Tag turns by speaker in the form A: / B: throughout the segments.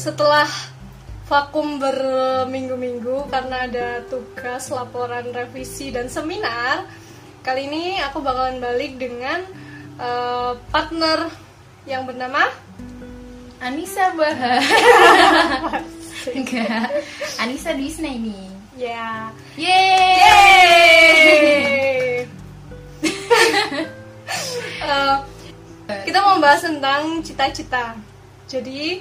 A: Setelah vakum berminggu-minggu karena ada tugas, laporan, revisi, dan seminar, kali ini aku bakalan balik dengan partner yang bernama
B: Anissa Bahar. Enggak, Anissa Disney nih.
A: Ya.
B: Yeay.
A: Kita mau bahas tentang cita-cita. Jadi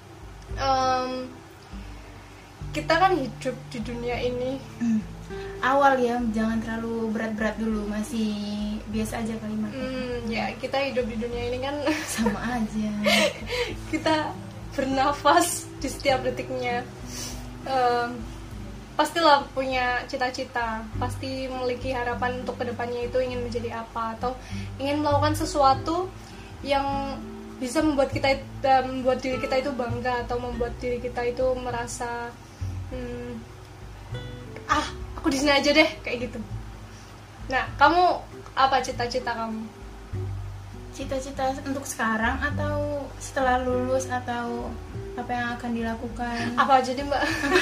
A: kita kan hidup di dunia ini.
B: Awal ya, jangan terlalu berat-berat dulu, masih biasa aja kalimatnya.
A: Ya, kita hidup di dunia ini kan
B: sama aja.
A: Kita bernafas di setiap detiknya. Pastilah punya cita-cita, pasti memiliki harapan untuk kedepannya itu ingin menjadi apa, atau ingin melakukan sesuatu yang bisa membuat diri kita itu bangga, atau membuat diri kita itu merasa aku di sini aja deh, kayak gitu. Nah, kamu apa cita-cita kamu?
B: Cita-cita untuk sekarang atau setelah lulus, atau apa yang akan dilakukan?
A: Apa aja deh, Mbak?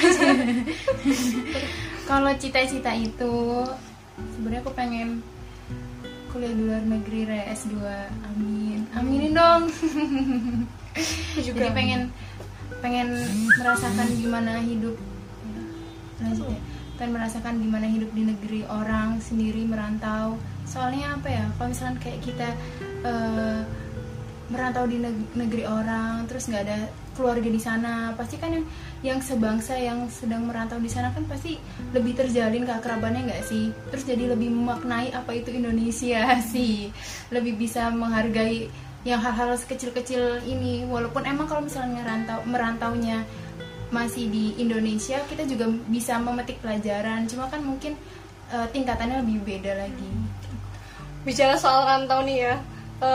B: Kalau cita-cita itu sebenarnya aku pengen kuliah di luar negeri, S2. Aminin dong.
A: Aku juga.
B: Jadi pengen merasakan gimana hidup. Pengen merasakan gimana hidup di negeri orang sendiri, merantau. Soalnya apa ya, kalau misalnya kayak kita merantau di negeri orang, terus nggak ada keluarga di sana, pasti kan yang sebangsa yang sedang merantau di sana kan pasti lebih terjalin keakrabannya, nggak sih? Terus jadi lebih memaknai apa itu Indonesia sih, lebih bisa menghargai yang hal-hal sekecil-kecil ini. Walaupun emang kalau misalnya merantaunya masih di Indonesia, kita juga bisa memetik pelajaran, cuma kan mungkin tingkatannya lebih beda lagi.
A: Bicara soal rantau nih ya,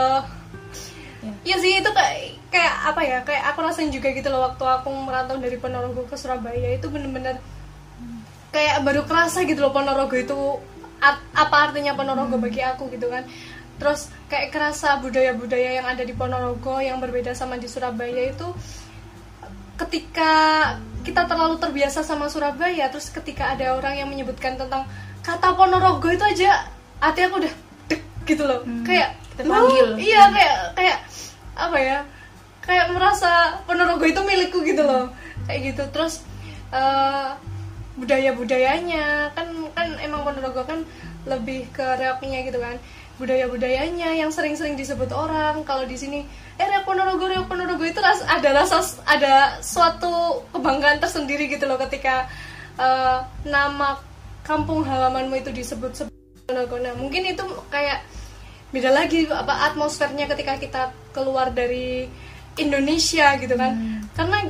A: ya sih, itu kayak apa ya, kayak aku rasain juga gitu loh waktu aku merantau dari Ponorogo ke Surabaya. Itu bener-bener kayak baru kerasa gitu loh Ponorogo itu apa artinya Ponorogo bagi aku gitu kan. Terus kayak kerasa budaya-budaya yang ada di Ponorogo yang berbeda sama di Surabaya itu. Ketika kita terlalu terbiasa sama Surabaya, terus ketika ada orang yang menyebutkan tentang kata Ponorogo itu aja hati aku udah dek gitu loh. Kayak
B: terpanggil.
A: Iya, kayak apa ya, kayak merasa Ponorogo itu milikku gitu loh, kayak gitu. Terus budaya-budayanya kan emang Ponorogo kan lebih ke reoknya gitu kan. Budaya-budayanya yang sering-sering disebut orang kalau di sini reok Ponorogo itu ada suatu kebanggaan tersendiri gitu loh ketika nama kampung halamanmu itu disebut Ponorogo. Nah, mungkin itu kayak beda lagi apa atmosfernya ketika kita keluar dari Indonesia gitu kan. Karena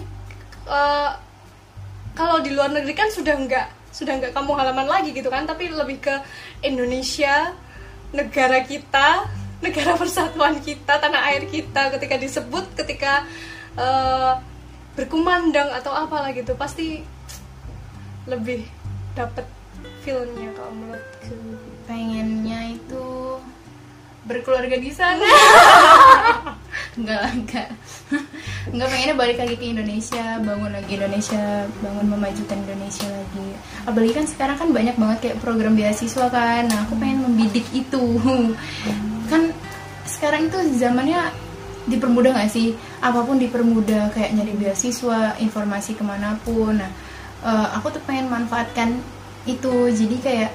A: kalau di luar negeri kan sudah nggak kampung halaman lagi gitu kan, tapi lebih ke Indonesia, negara kita, negara persatuan kita, tanah air kita. Ketika disebut, ketika berkumandang atau apalah gitu, pasti lebih dapet feel-nya kalau menurutku.
B: Pengennya itu berkeluarga di sana. enggak pengennya balik lagi ke Indonesia, bangun lagi Indonesia, bangun memajukan Indonesia lagi. Apalagi kan sekarang kan banyak banget kayak program beasiswa kan. Nah, aku pengen membidik itu. Kan sekarang itu zamannya dipermudah nggak sih? Apapun dipermudah, kayak nyari beasiswa, informasi kemanapun. Nah, aku tuh pengen manfaatkan itu. Jadi kayak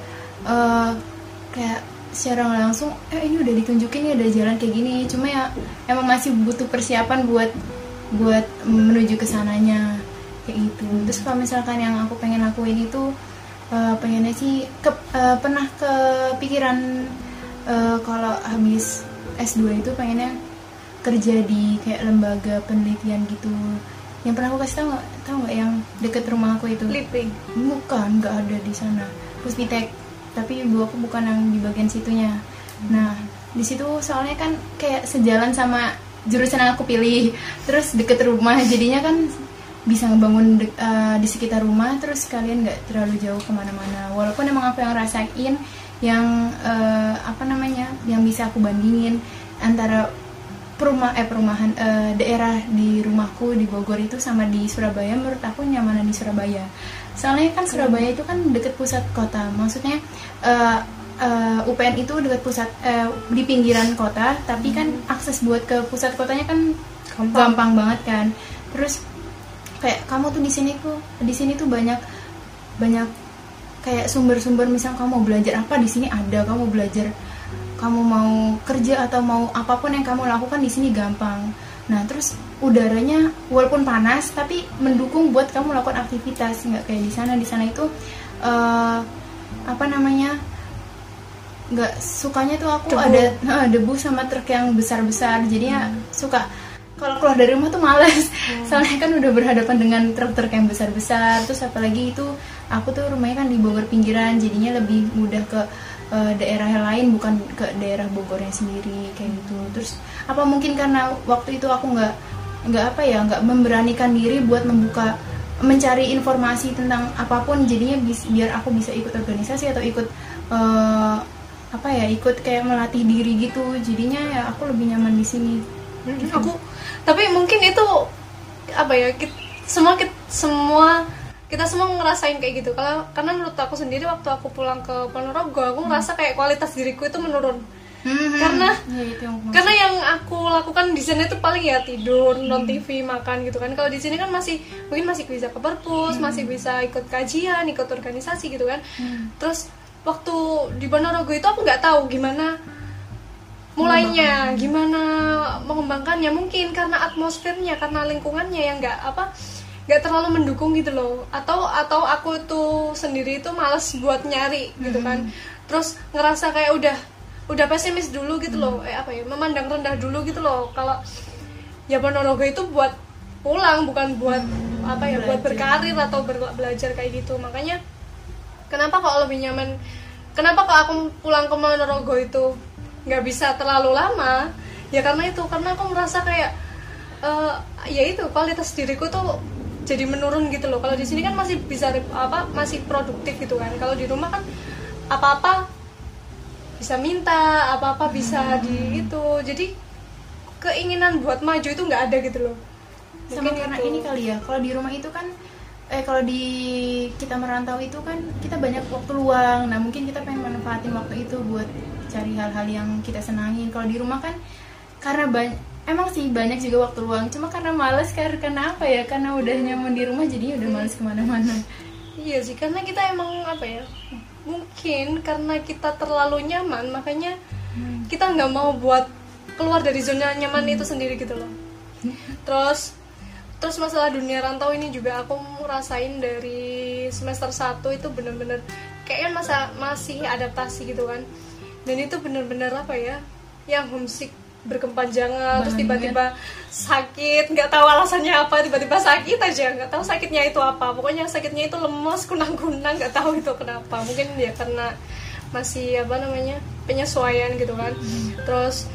B: secara langsung ini udah ditunjukin, ya ada jalan kayak gini, cuma ya emang masih butuh persiapan buat menuju ke sananya kayak gitu. Terus kalau misalkan yang aku pengen lakuin itu pengennya sih pernah kepikiran kalau habis S2 itu pengennya kerja di kayak lembaga penelitian gitu. Yang pernah aku kasih tahu nggak yang deket rumah aku itu?
A: Living.
B: Bukan, nggak ada di sana. Puspitek. Tapi ibu aku bukan yang di bagian situnya. Nah, di situ soalnya kan kayak sejalan sama jurusan yang aku pilih, terus deket rumah, jadinya kan bisa ngebangun di sekitar rumah, terus kalian nggak terlalu jauh kemana-mana. Walaupun emang aku yang rasain, yang yang bisa aku bandingin antara perumahan daerah di rumahku di Bogor itu sama di Surabaya, menurut aku nyamanan di Surabaya. Soalnya kan Surabaya itu kan dekat pusat kota, maksudnya UPN itu dekat pusat, di pinggiran kota, tapi kan akses buat ke pusat kotanya kan gampang banget kan. Terus kayak kamu tuh di sini tuh banyak kayak sumber-sumber, misal kamu mau belajar apa di sini ada, kamu belajar, kamu mau kerja atau mau apapun yang kamu lakukan di sini gampang. Nah terus udaranya walaupun panas tapi mendukung buat kamu melakukan aktivitas, nggak kayak di sana. Di sana itu nggak sukanya tuh aku ada debu sama truk yang besar-besar, jadinya suka kalau keluar dari rumah tuh males. Soalnya kan udah berhadapan dengan truk-truk yang besar-besar. Terus apalagi itu aku tuh rumahnya kan di Bogor pinggiran, jadinya lebih mudah ke daerah lain, bukan ke daerah Bogornya sendiri kayak gitu. Terus apa mungkin karena waktu itu aku nggak memberanikan diri buat mencari informasi tentang apapun, jadinya biar aku bisa ikut organisasi atau ikut ikut kayak melatih diri gitu. Jadinya ya aku lebih nyaman di sini.
A: Gitu. Tapi mungkin itu kita semua ngerasain kayak gitu. Karena menurut aku sendiri waktu aku pulang ke Ponorogo, aku ngerasa kayak kualitas diriku itu menurun. Karena yang aku lakukan di sana itu paling ya tidur, nonton TV, makan gitu kan. Kalau di sini kan mungkin masih bisa ke perpus, masih bisa ikut kajian, ikut organisasi gitu kan. Terus waktu di Ponorogo itu aku nggak tahu gimana mulainya, gimana mengembangkannya. Mungkin karena atmosfernya, karena lingkungannya yang nggak terlalu mendukung gitu loh, atau aku tuh sendiri itu malas buat nyari gitu kan. Terus ngerasa kayak udah pesimis dulu gitu loh, memandang rendah dulu gitu loh. Kalau ya Ponorogo itu buat pulang, bukan buat buat berkarir atau belajar kayak gitu. Makanya kenapa kok aku pulang ke Ponorogo itu nggak bisa terlalu lama, ya karena aku merasa kayak ya itu kualitas diriku tuh jadi menurun gitu loh. Kalau di sini kan masih bisa masih produktif gitu kan. Kalau di rumah kan apa-apa bisa minta, apa-apa bisa di itu, jadi keinginan buat maju itu nggak ada gitu loh.
B: Sama karena ini kali ya, kalau di rumah itu kan kalau kita merantau itu kan kita banyak waktu luang. Nah mungkin kita pengen manfaatin waktu itu buat cari hal-hal yang kita senangin. Kalau di rumah kan karena emang sih banyak juga waktu luang, cuma karena males, karena karena udah nyaman di rumah jadinya udah males kemana-mana.
A: Iya sih, karena kita emang mungkin karena kita terlalu nyaman, makanya kita nggak mau buat keluar dari zona nyaman itu sendiri gitu loh. Terus masalah dunia rantau ini juga aku ngerasain dari semester 1 itu bener-bener kayaknya masih adaptasi gitu kan. Dan itu bener-bener yang homesick berkepanjangan, terus tiba-tiba sakit, nggak tahu alasannya apa, tiba-tiba sakit aja, nggak tahu sakitnya itu apa. Pokoknya sakitnya itu lemas, kunang-kunang, nggak tahu itu kenapa. Mungkin ya karena masih penyesuaian gitu kan. Terus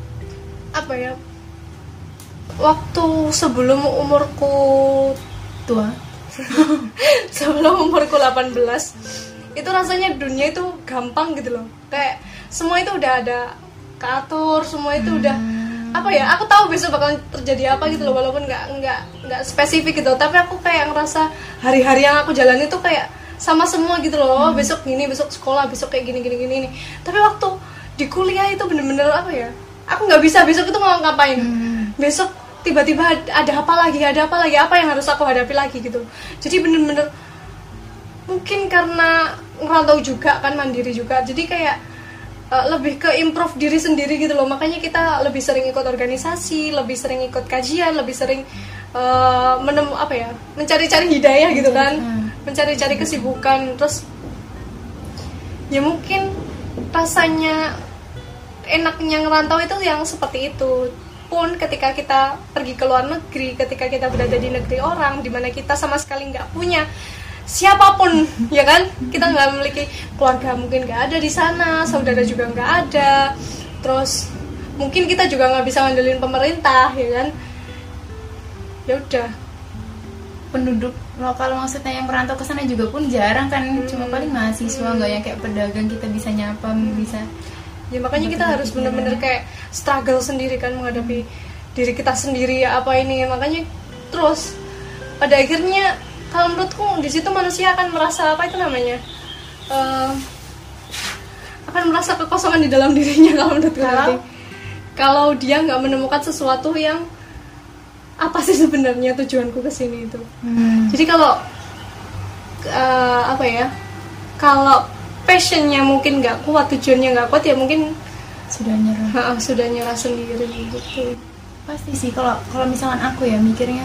A: waktu sebelum umurku
B: tua
A: sebelum umurku 18 itu rasanya dunia itu gampang gitu loh, kayak semua itu udah ada keatur, semua itu udah aku tahu besok bakal terjadi apa gitu loh, walaupun nggak spesifik gitu, tapi aku kayak ngerasa hari-hari yang aku jalani tuh kayak sama semua gitu loh. Besok gini, besok sekolah, besok kayak gini. Tapi waktu di kuliah itu bener-bener aku nggak bisa besok itu mau ngapain. Besok tiba-tiba ada apa lagi, apa yang harus aku hadapi lagi gitu. Jadi bener-bener mungkin karena ngerantau juga kan, mandiri juga, jadi kayak lebih ke improve diri sendiri gitu loh. Makanya kita lebih sering ikut organisasi, lebih sering ikut kajian, lebih sering mencari-cari hidayah gitu kan, mencari-cari kesibukan. Terus ya mungkin rasanya enaknya ngerantau itu yang seperti itu. Pun ketika kita pergi ke luar negeri, ketika kita berada di negeri orang, dimana kita sama sekali nggak punya siapapun, ya kan, kita nggak memiliki keluarga, mungkin nggak ada di sana, saudara juga nggak ada, terus mungkin kita juga nggak bisa ngandelin pemerintah, ya kan. Ya udah,
B: penduduk lokal maksudnya yang merantau ke sana juga pun jarang kan, cuma paling mahasiswa, nggak yang kayak pedagang kita bisa nyapa, bisa
A: Ya makanya kita harus benar-benar kayak struggle sendiri kan menghadapi diri kita sendiri apa ini. Makanya terus pada akhirnya kalau menurutku di situ manusia akan merasa apa itu namanya, akan merasa kekosongan di dalam dirinya kalau menurutku. Kalau dia nggak menemukan sesuatu yang apa sih sebenarnya tujuanku kesini itu. Jadi kalau apa ya, kalau passionnya mungkin nggak kuat, tujuannya nggak kuat, ya mungkin sudah nyerah sendiri gitu.
B: Pasti sih kalau misalkan aku ya mikirnya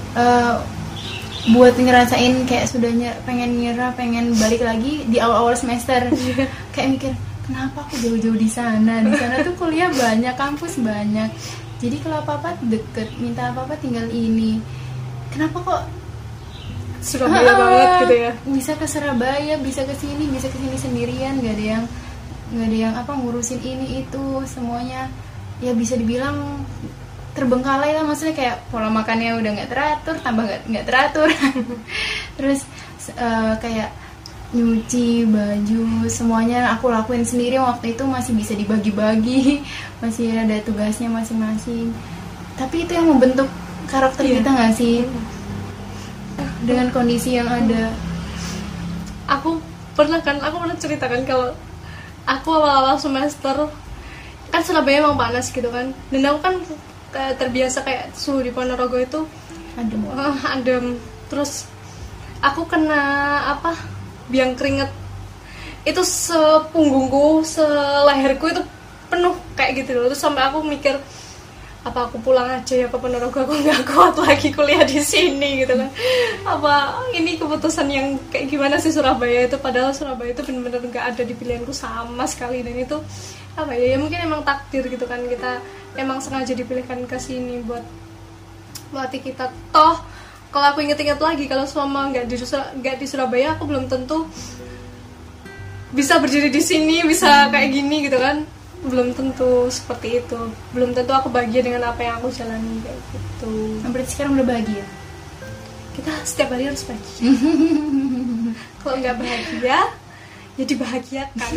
B: buat ngerasain kayak pengen nyerah, pengen balik lagi di awal-awal semester. Kayak mikir, kenapa aku jauh-jauh di sana tuh kuliah banyak, kampus banyak, jadi kalau apa-apa deket, minta apa-apa tinggal ini, kenapa kok
A: Surabaya banget gitu ya.
B: Bisa ke Surabaya, bisa ke sini sendirian, nggak ada yang apa ngurusin ini itu semuanya. Ya bisa dibilang terbengkalai lah, maksudnya kayak pola makannya udah nggak teratur, tambah nggak teratur. Terus kayak nyuci baju semuanya aku lakuin sendiri, waktu itu masih bisa dibagi-bagi, masih ada tugasnya masing-masing. Tapi itu yang membentuk karakter kita nggak sih? Dengan kondisi yang ada.
A: Aku pernah ceritakan kalau aku awal-awal semester kan Surabaya emang panas gitu kan, dan aku kan terbiasa kayak suhu di Ponorogo itu adem. Terus aku kena biang keringet itu sepunggungku, seleherku itu penuh kayak gitu loh. Terus sampai aku mikir, apa aku pulang aja ya ke Ponorogo, aku nggak kuat lagi kuliah di sini gitu kan. Apa ini keputusan yang kayak gimana sih Surabaya itu, padahal Surabaya itu benar-benar nggak ada di pilihanku sama sekali. Dan itu apa ya, mungkin emang takdir gitu kan, kita emang sengaja dipilihkan ke sini buat melatih kita. Toh kalau aku inget-inget lagi, kalau selama nggak di Surabaya, aku belum tentu bisa berdiri di sini, bisa kayak gini gitu kan. Belum tentu seperti itu, belum tentu aku bahagia dengan apa yang aku jalani kayak gitu.
B: Berarti sekarang udah bahagia?
A: Kita setiap hari harus bahagia. Kalau nggak bahagia, ya dibahagiakan.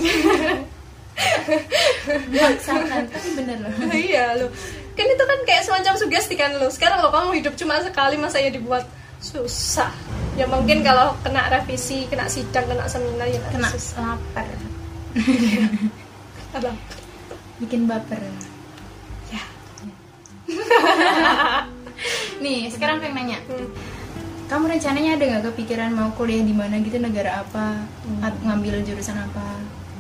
B: Maksakan, tapi bener loh.
A: Iya loh, kan itu kan kayak semacam sugesti kan lo. Sekarang lo kamu hidup cuma sekali, masa ya dibuat susah. Ya mungkin kalau kena revisi, kena sidang, kena seminar, ya
B: kena
A: susah.
B: lapar.
A: Apa?
B: Bikin baper ya. Nih sekarang pengen nanya, kamu rencananya ada nggak kepikiran mau kuliah di mana gitu, negara apa, ngambil jurusan apa?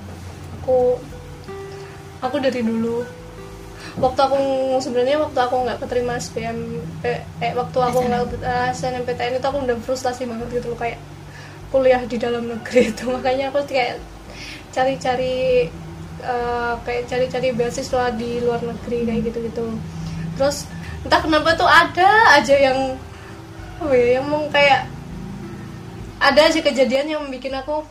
A: Aku dari dulu, waktu aku nggak keterima waktu aku nggak SNMPTN itu, aku udah frustasi banget gitu loh, kayak kuliah di dalam negeri itu. Makanya aku kayak cari-cari beasiswa di luar negeri kayak gitu-gitu. Terus entah kenapa tuh ada aja yang mau kayak ada aja kejadian yang bikin aku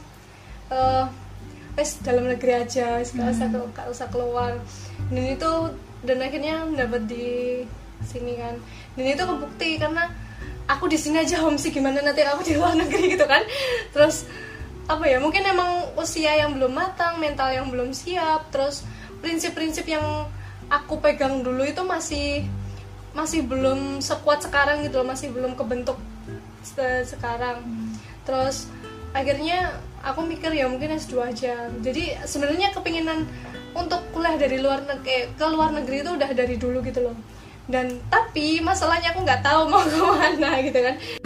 A: dalam negeri aja, nggak usah keluar. Dan akhirnya dapat di sini kan. Dan itu kebukti karena aku di sini aja homesick, gimana nanti aku di luar negeri gitu kan. Terus mungkin emang usia yang belum matang, mental yang belum siap, terus prinsip-prinsip yang aku pegang dulu itu masih belum sekuat sekarang gitu loh, masih belum kebentuk sekarang. Terus akhirnya aku mikir ya mungkin S2 aja. Jadi sebenarnya kepinginan untuk kuliah ke luar negeri itu udah dari dulu gitu loh. Dan tapi masalahnya aku nggak tahu mau kemana gitu kan.